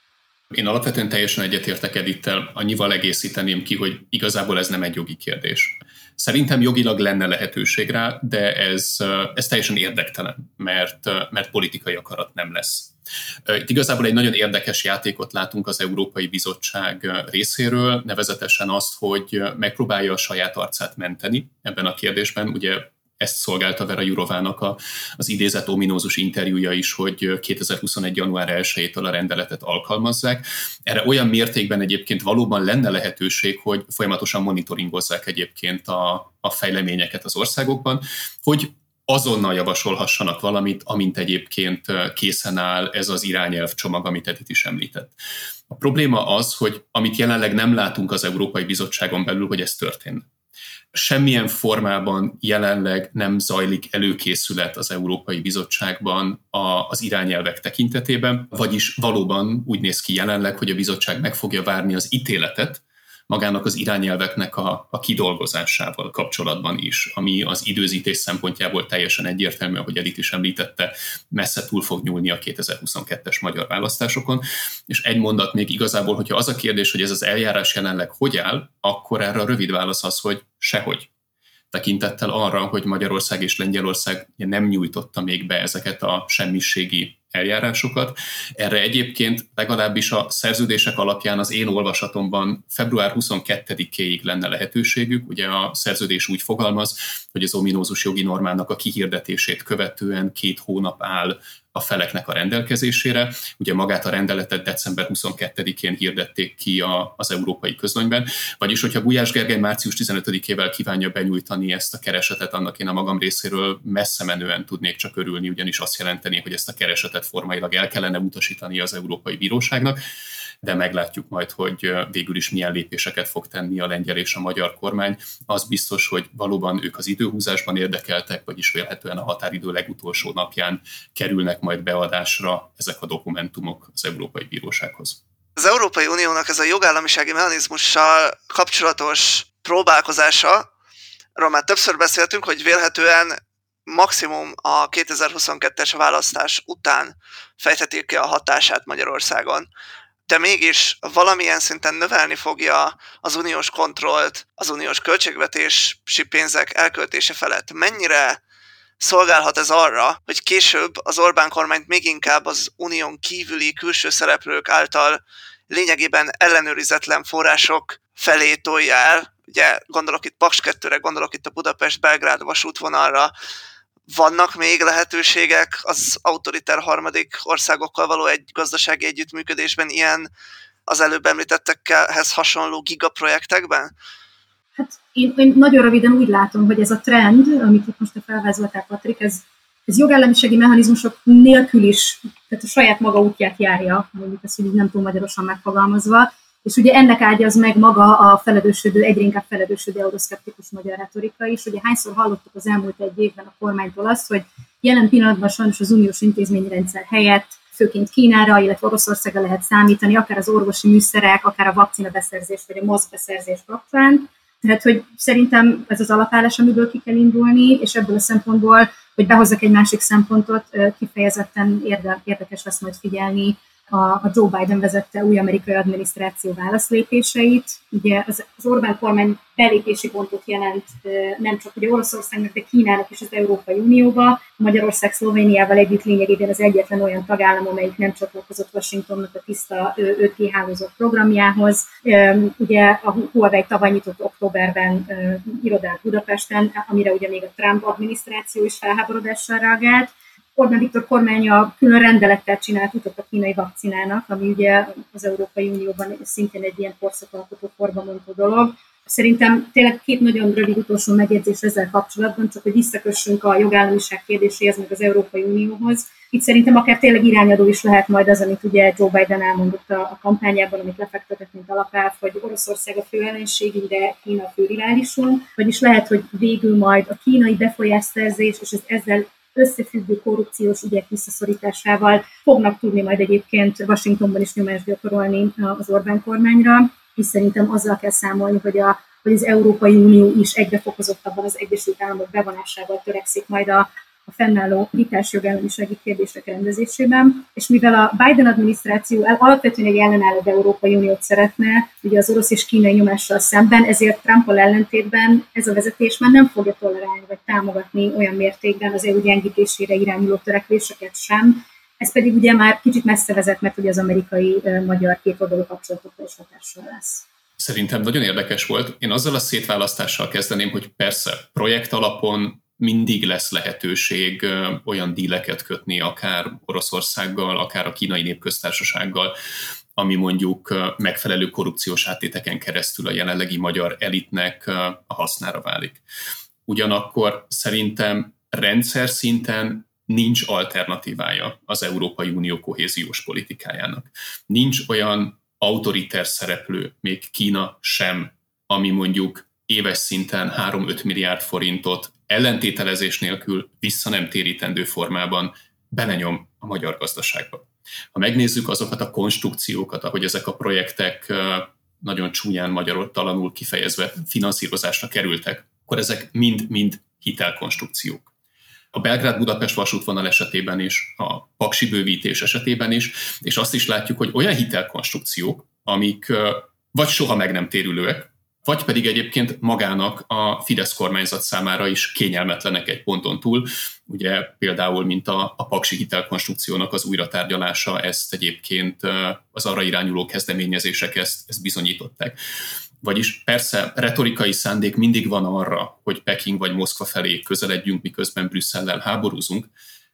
Én alapvetően teljesen egyetértek Edittel, annyival egészíteném ki, hogy igazából ez nem egy jogi kérdés. Szerintem jogilag lenne lehetőség rá, de ez teljesen érdektelen, mert politikai akarat nem lesz. Itt igazából egy nagyon érdekes játékot látunk az Európai Bizottság részéről, nevezetesen azt, hogy megpróbálja a saját arcát menteni ebben a kérdésben. Ugye ezt szolgálta Vera Jourovának az idézett ominózus interjúja is, hogy 2021. január 1-től a rendeletet alkalmazzák. Erre olyan mértékben egyébként valóban lenne lehetőség, hogy folyamatosan monitoringozzák egyébként a fejleményeket az országokban, hogy azonnal javasolhassanak valamit, amint egyébként készen áll ez az irányelvcsomag, amit Edith is említett. A probléma az, hogy amit jelenleg nem látunk az Európai Bizottságon belül, hogy ez történne. Semmilyen formában jelenleg nem zajlik előkészület az Európai Bizottságban az irányelvek tekintetében, vagyis valóban úgy néz ki jelenleg, hogy a bizottság meg fogja várni az ítéletet magának az irányelveknek a kidolgozásával kapcsolatban is, ami az időzítés szempontjából teljesen egyértelmű, ahogy Edith is említette, messze túl fog nyúlni a 2022-es magyar választásokon. És egy mondat még igazából, hogyha az a kérdés, hogy ez az eljárás jelenleg hogy áll, akkor erre a rövid válasz az, hogy sehogy. Tekintettel arra, hogy Magyarország és Lengyelország nem nyújtotta még be ezeket a semmiségi eljárásokat. Erre egyébként legalábbis a szerződések alapján az én olvasatomban február 22-éig lenne lehetőségük. Ugye a szerződés úgy fogalmaz, hogy az ominózus jogi normának a kihirdetését követően 2 hónap áll a feleknek a rendelkezésére. Ugye magát a rendeletet december 22-én hirdették ki az Európai Közlönyben, vagyis hogyha Gulyás Gergely március 15-ével kívánja benyújtani ezt a keresetet, annak én a magam részéről messze menően tudnék csak örülni, ugyanis azt jelenteni, hogy ezt a keresetet formailag el kellene utasítani az Európai Bíróságnak, de meglátjuk majd, hogy végül is milyen lépéseket fog tenni a lengyel és a magyar kormány. Az biztos, hogy valóban ők az időhúzásban érdekeltek, vagyis vélhetően a határidő legutolsó napján kerülnek majd beadásra ezek a dokumentumok az Európai Bírósághoz. Az Európai Uniónak ez a jogállamisági mechanizmussal kapcsolatos próbálkozása, arról már többször beszéltünk, hogy vélhetően maximum a 2022-es választás után fejthetik ki a hatását Magyarországon. De mégis valamilyen szinten növelni fogja az uniós kontrollt, az uniós költségvetési pénzek elköltése felett. Mennyire szolgálhat ez arra, hogy később az Orbán kormányt még inkább az unión kívüli külső szereplők által lényegében ellenőrizetlen források felé tolja el? Ugye gondolok itt Paks 2-re, gondolok itt a Budapest-Belgrád vasútvonalra. Vannak még lehetőségek az autoritár harmadik országokkal való egy gazdasági együttműködésben ilyen az előbb említettekhez hasonló gigaprojektekben? Hát én nagyon röviden úgy látom, hogy ez a trend, amit itt most felvázoltál, Patrik, ez jogállamisági mechanizmusok nélkül is, tehát a saját maga útját járja, mondjuk ezt, hogy így nem túl magyarosan megfogalmazva, és ugye ennek ágyaz meg maga a egyre inkább feledősödő euroszkeptikus magyar retorika is. Ugye hányszor hallottuk az elmúlt egy évben a kormánytól azt, hogy jelen pillanatban sajnos az uniós intézményrendszer helyett főként Kínára, illetve Oroszországra lehet számítani, akár az orvosi műszerek, akár a vakcina beszerzés, vagy a maszk beszerzés kapcsán. Tehát, hogy szerintem ez az alapállás, amiből ki kell indulni, és ebből a szempontból, hogy behozzak egy másik szempontot, kifejezetten érdekes lesz majd figyelni a Joe Biden vezette új amerikai adminisztráció válaszlépéseit. Ugye az Orbán kormány belépési pontot jelent nem csak ugye Oroszországnak, de Kínának és az Európai Unióba. Magyarország Szlovéniával együtt lényegében az egyetlen olyan tagállam, amelyik nem csatlakozott Washingtonnak a tiszta 5G hálózat programjához. Ugye a Huawei tavaly nyitott októberben irodát Budapesten, amire ugye még a Trump adminisztráció is felháborodással reagált. Orbán Viktor kormánya külön rendelettel csinált utat a kínai vakcinának, ami ugye az Európai Unióban szintén egy ilyen korszakalkotó forbamontó dolog. Szerintem tényleg 2 nagyon rövid utolsó megjegyzés ezzel kapcsolatban, csak hogy visszakössünk a jogállamiság kérdéséhez, meg az Európai Unióhoz. Itt szerintem akár tényleg irányadó is lehet majd az, amit ugye Joe Biden elmondott a kampányában, amit lefektetett, mint alapelv, hogy Oroszország a fő ellenségünk, de Kína a fő riválisunk. Vagyis lehet, hogy végül majd a kínai befolyásszerzés és az ezzel összefüggő korrupciós ügyek visszaszorításával fognak tudni majd egyébként Washingtonban is nyomást gyakorolni az Orbán kormányra, és szerintem azzal kell számolni, hogy az Európai Unió is egyre fokozottabban az Egyesült Államok bevonásával törekszik majd a fennálló vitás jogállamisági kérdések rendezésében, és mivel a Biden adminisztráció alapvetően egy ellenálló Európai Uniót szeretne, ugye az orosz és kínai nyomással szemben, ezért Trumpal ellentétben ez a vezetés már nem fogja tolerálni vagy támogatni olyan mértékben az EU gyengítésére irányuló törekvéseket sem. Ez pedig ugye már kicsit messze vezet, mert ugye az amerikai-magyar kétoldalú kapcsolatokra is hatással lesz. Szerintem nagyon érdekes volt. Én azzal a szétválasztással kezdeném, hogy persze projekt alapon mindig lesz lehetőség olyan díleket kötni, akár Oroszországgal, akár a Kínai Népköztársasággal, ami mondjuk megfelelő korrupciós áttéteken keresztül a jelenlegi magyar elitnek a hasznára válik. Ugyanakkor szerintem rendszer szinten nincs alternatívája az Európai Unió kohéziós politikájának. Nincs olyan autoriter szereplő, még Kína sem, ami mondjuk éves szinten 3-5 milliárd forintot ellentételezés nélkül vissza nem térítendő formában belenyom a magyar gazdaságba. Ha megnézzük azokat a konstrukciókat, ahogy ezek a projektek nagyon csúnyán magyartalanul kifejezve finanszírozásra kerültek, akkor ezek mind hitelkonstrukciók. A Belgrád-Budapest vasútvonal esetében is, a paksi bővítés esetében is, és azt is látjuk, hogy olyan hitelkonstrukciók, amik vagy soha meg nem térülőek, vagy pedig egyébként magának a Fidesz kormányzat számára is kényelmetlenek egy ponton túl. Ugye például, mint a paksi hitelkonstrukciónak az újratárgyalása, ezt egyébként az arra irányuló kezdeményezések ezt bizonyították. Vagyis persze retorikai szándék mindig van arra, hogy Peking vagy Moszkva felé közeledjünk, miközben Brüsszellel háborúzunk,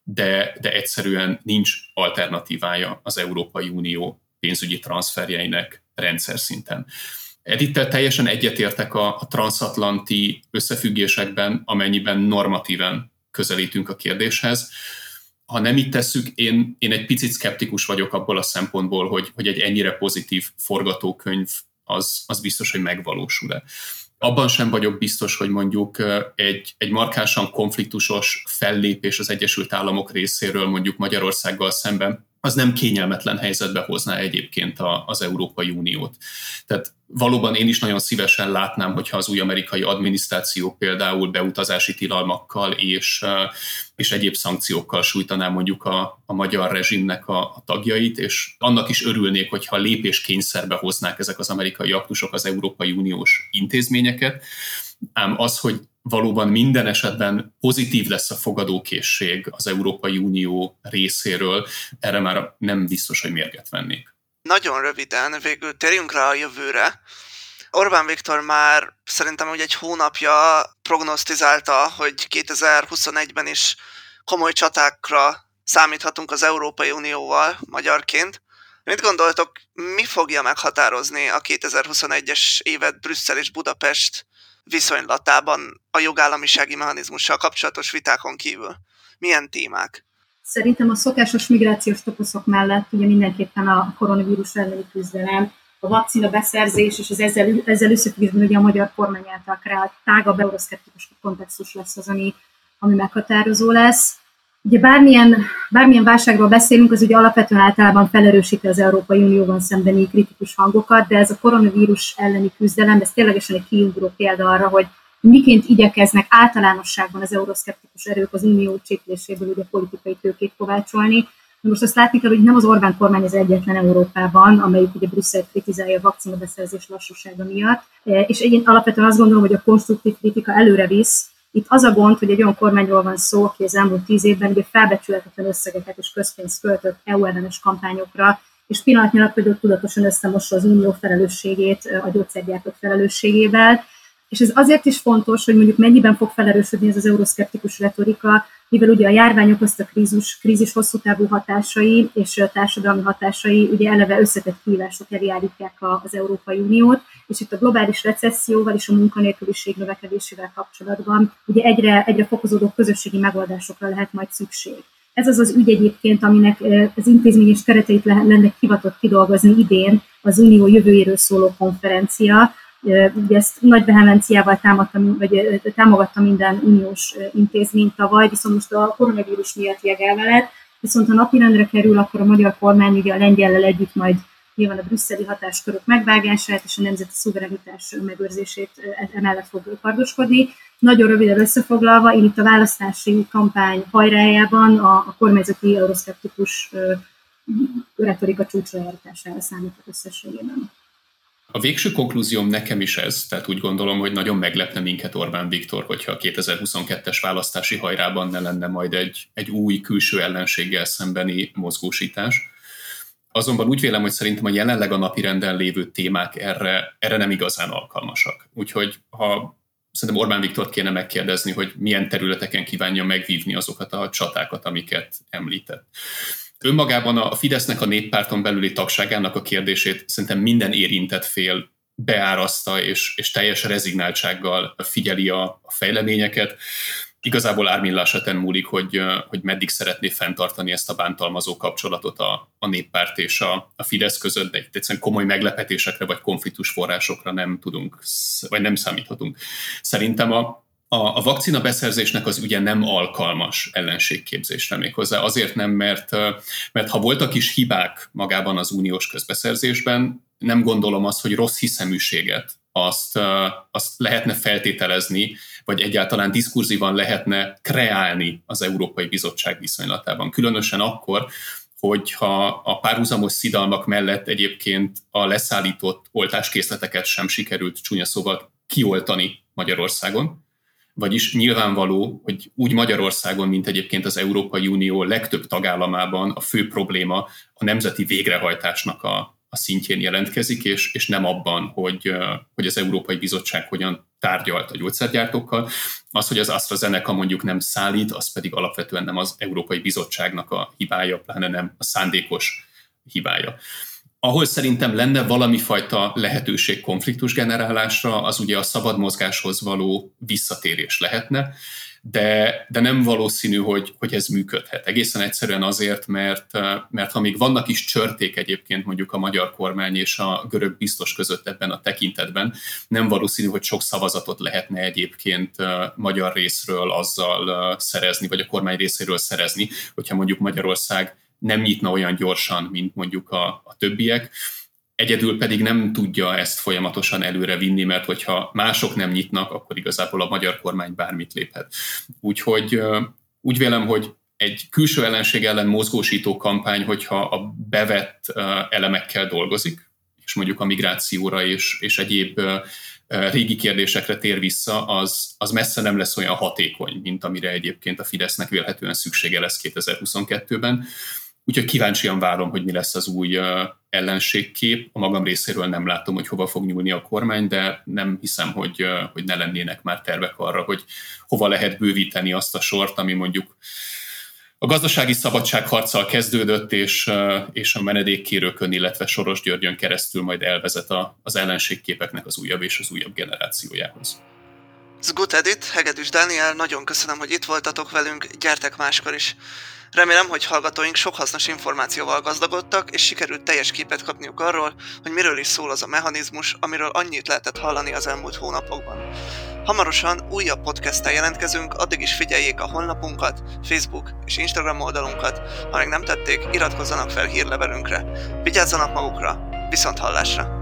de egyszerűen nincs alternatívája az Európai Unió pénzügyi transzferjeinek rendszer szinten. Edittel teljesen egyetértek a transatlanti összefüggésekben, amennyiben normatíven közelítünk a kérdéshez. Ha nem így tesszük, én egy picit szkeptikus vagyok abból a szempontból, hogy egy ennyire pozitív forgatókönyv az biztos, hogy megvalósul-e. Abban sem vagyok biztos, hogy mondjuk egy markánsan konfliktusos fellépés az Egyesült Államok részéről mondjuk Magyarországgal szemben, az nem kényelmetlen helyzetbe hozná egyébként az Európai Uniót. Tehát valóban én is nagyon szívesen látnám, hogyha az új amerikai adminisztráció például beutazási tilalmakkal és egyéb szankciókkal sújtaná mondjuk a magyar rezsimnek a tagjait, és annak is örülnék, hogyha lépéskényszerbe hoznák ezek az amerikai aktusok az Európai Uniós intézményeket. Ám az, hogy valóban minden esetben pozitív lesz a fogadókészség az Európai Unió részéről, erre már nem biztos, hogy mérget vennék. Nagyon röviden, végül térjünk rá a jövőre. Orbán Viktor már szerintem úgy egy hónapja prognosztizálta, hogy 2021-ben is komoly csatákra számíthatunk az Európai Unióval magyarként. Mit gondoltok, mi fogja meghatározni a 2021-es évet Brüsszel és Budapest viszonylatában a jogállamisági mechanizmussal kapcsolatos vitákon kívül? Milyen témák? Szerintem a szokásos migrációs toposzok mellett ugye mindenképpen a koronavírus elleni küzdelem, a vakcina beszerzés és az ezzel összefüggésben ugye a magyar kormány által kreált tágabb euroszkeptikus kontextus lesz az, ami meghatározó lesz. Ugye bármilyen válságról beszélünk, az ugye alapvetően általában felerősíti az Európai Unióban szembeni kritikus hangokat, de ez a koronavírus elleni küzdelem, ez ténylegesen egy kiugró példa arra, hogy miként igyekeznek általánosságban az euroszkeptikus erők az unió csépléséből ugye politikai tőkét kovácsolni. Most azt látni kell, hogy nem az Orbán kormány az egyetlen Európában, amelyik ugye Brüsszelt kritizálja a vakcinabeszerzés lassúsága miatt, és én alapvetően azt gondolom, hogy a konstruktív kritika előre visz. Itt az a gond, hogy egy olyan kormányról van szó, aki az elmúlt 10 évben ugye felbecsülhetetlen összegeket és közpénzt költött EU-ellenes kampányokra, és pillanatnyilag például tudatosan összemossa az unió felelősségét a gyógyszergyártók felelősségével. És ez azért is fontos, hogy mondjuk mennyiben fog felerősödni ez az euroszkeptikus retorika, mivel ugye a járvány okozta krízis hosszú távú hatásai és társadalmi hatásai ugye eleve összetett kihívások elé állítják az Európai Uniót, és itt a globális recesszióval és a munkanélküliség növekedésével kapcsolatban ugye egyre fokozódó közösségi megoldásokra lehet majd szükség. Ez az az ügy egyébként, aminek az intézményes kereteit lenne hivatott kidolgozni idén az unió jövőjéről szóló konferencia. Ugye ezt nagy vehemenciával támogatta minden uniós intézmény tavaly, viszont most a koronavírus miatt jegelve lett, viszont ha napirendre kerül, akkor a magyar kormány ugye a lengyellel együtt majd nyilván a brüsszeli hatáskörök megvágását és a nemzeti szuverenitás megőrzését emellett fog kardoskodni. Nagyon röviden összefoglalva, én itt a választási kampány hajrájában a kormányzati euroszkeptikus retorika csúcsrajáratására számítok összességében. A végső konklúzióm nekem is ez, tehát úgy gondolom, hogy nagyon meglepne minket Orbán Viktor, hogyha a 2022-es választási hajrában ne lenne majd egy új külső ellenséggel szembeni mozgósítás. Azonban úgy vélem, hogy szerintem a jelenleg a napirenden lévő témák erre nem igazán alkalmasak. Úgyhogy szerintem Orbán Viktort kéne megkérdezni, hogy milyen területeken kívánja megvívni azokat a csatákat, amiket említett. Önmagában a Fidesznek a néppárton belüli tagságának a kérdését szerintem minden érintett fél beáraszta és teljes rezignáltsággal figyeli a fejleményeket. Igazából Armin Lascheten múlik, hogy meddig szeretné fenntartani ezt a bántalmazó kapcsolatot a néppárt és a Fidesz között, de itt egyszerűen komoly meglepetésekre vagy konfliktus forrásokra nem tudunk, vagy nem számíthatunk. Szerintem a vakcina beszerzésnek az ügye nem alkalmas ellenségképzésre, méghozzá azért nem, mert ha voltak is hibák magában az uniós közbeszerzésben, nem gondolom azt, hogy rossz hiszeműséget azt lehetne feltételezni, vagy egyáltalán diskurzívan lehetne kreálni az Európai Bizottság viszonylatában. Különösen akkor, hogyha a párhuzamos szidalmak mellett egyébként a leszállított oltáskészleteket sem sikerült csúnya szóval kioltani Magyarországon. Vagyis nyilvánvaló, hogy úgy Magyarországon, mint egyébként az Európai Unió legtöbb tagállamában a fő probléma a nemzeti végrehajtásnak a szintjén jelentkezik, és nem abban, hogy az Európai Bizottság hogyan tárgyalt a gyógyszergyártókkal. Az, hogy az AstraZeneca mondjuk nem szállít, az pedig alapvetően nem az Európai Bizottságnak a hibája, pláne nem a szándékos hibája. Ahol szerintem lenne valami fajta lehetőség konfliktus generálásra, az ugye a szabad mozgáshoz való visszatérés lehetne, de nem valószínű, hogy ez működhet. Egészen egyszerűen azért, mert ha még vannak is csörték egyébként mondjuk a magyar kormány és a görög biztos között ebben a tekintetben, nem valószínű, hogy sok szavazatot lehetne egyébként magyar részről azzal szerezni, vagy a kormány részéről szerezni, hogyha mondjuk Magyarország nem nyitna olyan gyorsan, mint mondjuk a többiek. Egyedül pedig nem tudja ezt folyamatosan előre vinni, mert hogyha mások nem nyitnak, akkor igazából a magyar kormány bármit léphet. Úgyhogy úgy vélem, hogy egy külső ellenség ellen mozgósító kampány, hogyha a bevett elemekkel dolgozik, és mondjuk a migrációra és egyéb régi kérdésekre tér vissza, az messze nem lesz olyan hatékony, mint amire egyébként a Fidesznek vélhetően szüksége lesz 2022-ben. Úgyhogy kíváncsian várom, hogy mi lesz az új ellenségkép. A magam részéről nem látom, hogy hova fog nyúlni a kormány, de nem hiszem, hogy ne lennének már tervek arra, hogy hova lehet bővíteni azt a sort, ami mondjuk a gazdasági szabadságharccal kezdődött, és a menedékkérőkön, illetve Soros Györgyön keresztül majd elvezet az ellenségképeknek az újabb és az újabb generációjához. Good Edit, Hegedűs Dániel, nagyon köszönöm, hogy itt voltatok velünk, gyertek máskor is. Remélem, hogy hallgatóink sok hasznos információval gazdagodtak, és sikerült teljes képet kapniuk arról, hogy miről is szól az a mechanizmus, amiről annyit lehetett hallani az elmúlt hónapokban. Hamarosan újabb podcasttel jelentkezünk, addig is figyeljék a honlapunkat, Facebook és Instagram oldalunkat, ha még nem tették, iratkozzanak fel hírlevelünkre. Vigyázzanak magukra, viszont hallásra!